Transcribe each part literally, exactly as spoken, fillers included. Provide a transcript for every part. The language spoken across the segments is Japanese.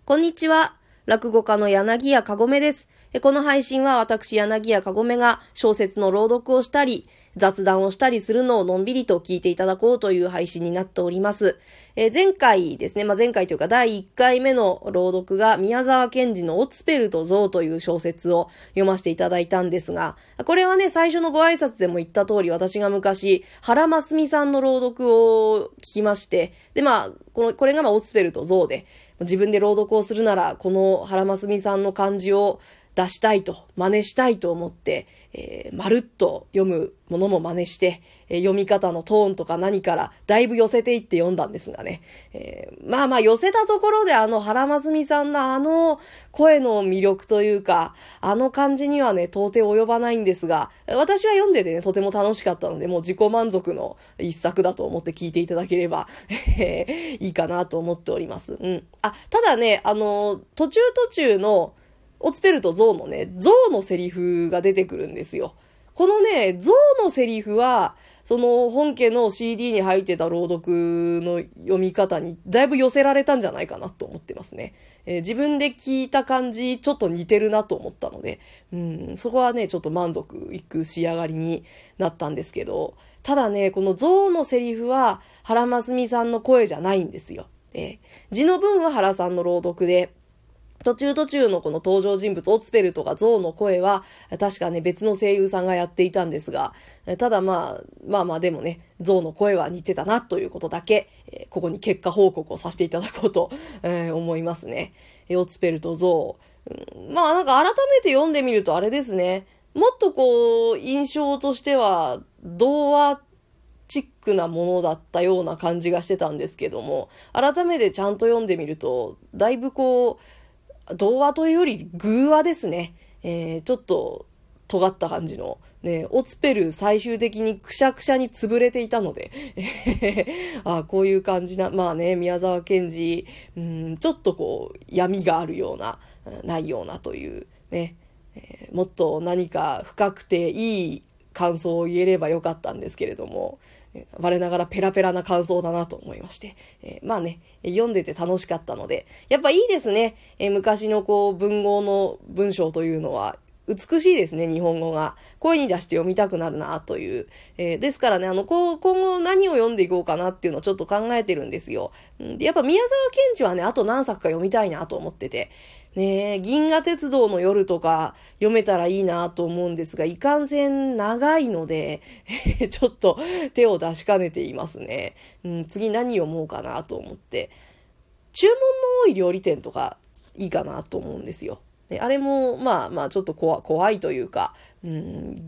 こんにちは。落語家の柳家かごめです。この配信は私柳家かごめが小説の朗読をしたり、雑談をしたりするのをのんびりと聞いていただこうという配信になっております。えー、前回ですね、まあ、前回というかだいいっかいめの朗読が宮沢賢治のオツペルとゾウという小説を読ませていただいたんですが、これはね、最初のご挨拶でも言った通り、私が昔、原真澄さんの朗読を聞きまして、で、まあ、この、これがまあオツペルとゾウで、自分で朗読をするなら、この原真澄さんの漢字を出したいと、真似したいと思って、えー、まるっと読むものも真似して、えー、読み方のトーンとか何からだいぶ寄せていって読んだんですがね。えー、まあまあ寄せたところであの原真澄さんのあの声の魅力というか、あの感じにはね、到底及ばないんですが、私は読んでてね、とても楽しかったので、もう自己満足の一作だと思って聞いていただければいいかなと思っております。うん。あ、ただね、あの、途中途中のオツペルとゾウのね、ゾウのセリフが出てくるんですよ。このね、ゾウのセリフは、その本家の シーディー に入ってた朗読の読み方にだいぶ寄せられたんじゃないかなと思ってますね。えー、自分で聞いた感じ、ちょっと似てるなと思ったので、うん、そこはね、ちょっと満足いく仕上がりになったんですけど、ただね、このゾウのセリフは原真澄さんの声じゃないんですよ。えー、字の文は原さんの朗読で、途中途中のこの登場人物、オツペルとかゾウの声は、確かね、別の声優さんがやっていたんですが、ただまあ、まあまあでもね、ゾウの声は似てたなということだけ、ここに結果報告をさせていただこうと、えー、思いますね。オツペルとゾウ。まあなんか改めて読んでみるとあれですね、もっとこう、印象としては、童話チックなものだったような感じがしてたんですけども、改めてちゃんと読んでみると、だいぶこう、童話というより偶話ですね。えー、ちょっと尖った感じの。ね、オツペル最終的にくしゃくしゃに潰れていたので。あ、こういう感じな。まあね、宮沢賢治、うん、ちょっとこう闇があるような、ないようなというね。えー、もっと何か深くていい感想を言えればよかったんですけれども、我ながらペラペラな感想だなと思いまして。えー、まあね、読んでて楽しかったので、やっぱいいですね。えー、昔のこう文豪の文章というのは美しいですね、日本語が。声に出して読みたくなるなという。えー、ですからね、あの、こう、今後何を読んでいこうかなっていうのをちょっと考えてるんですよ。で、やっぱ宮沢賢治はね、あと何作か読みたいなと思ってて。ねえ、銀河鉄道の夜とか読めたらいいなと思うんですが、いかんせん長いので、ちょっと手を出しかねていますね。うん、次何読もうかなと思って。注文の多い料理店とかいいかなと思うんですよ。あれも、まあまあちょっと怖、怖いというか、うん、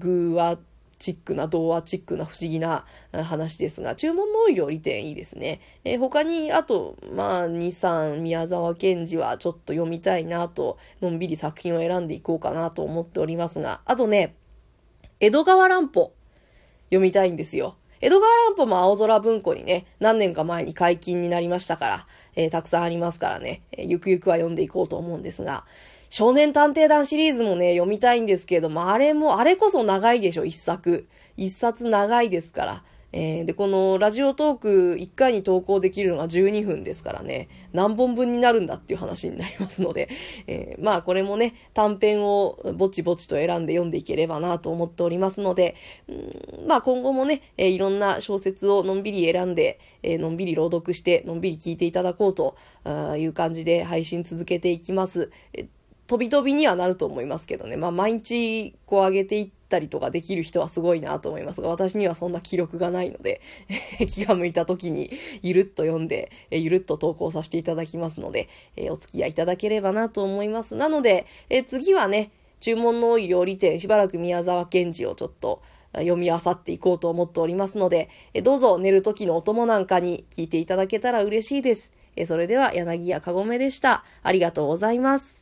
偶話チックな、童話チックな不思議な話ですが、注文の多い料理店いいですね。えー、他に、あと、まあ、に、さん、宮沢賢治はちょっと読みたいなと、のんびり作品を選んでいこうかなと思っておりますが、あとね、江戸川乱歩、読みたいんですよ。江戸川乱歩も青空文庫にね、何年か前に解禁になりましたから、えー、たくさんありますからね、えー、ゆくゆくは読んでいこうと思うんですが、少年探偵団シリーズもね、読みたいんですけども、あれも、あれこそ長いでしょ、一作。一冊長いですから。えー、で、このラジオトークいっかいに投稿できるのがじゅうにふんですからね、何本分になるんだっていう話になりますので、えー、まあこれもね、短編をぼちぼちと選んで読んでいければなと思っておりますので、うん、まあ今後もね、えー、いろんな小説をのんびり選んで、えー、のんびり朗読して、のんびり聞いていただこうという感じで配信続けていきます。えー飛び飛びにはなると思いますけどね。まあ、毎日こう上げていったりとかできる人はすごいなと思いますが、私にはそんな気力がないので、気が向いた時にゆるっと読んで、ゆるっと投稿させていただきますので、お付き合いいただければなと思います。なので、え次はね、注文の多い料理店、しばらく宮沢賢治をちょっと読み漁っていこうと思っておりますので、どうぞ寝る時のお供なんかに聞いていただけたら嬉しいです。それでは柳家かごめでした。ありがとうございます。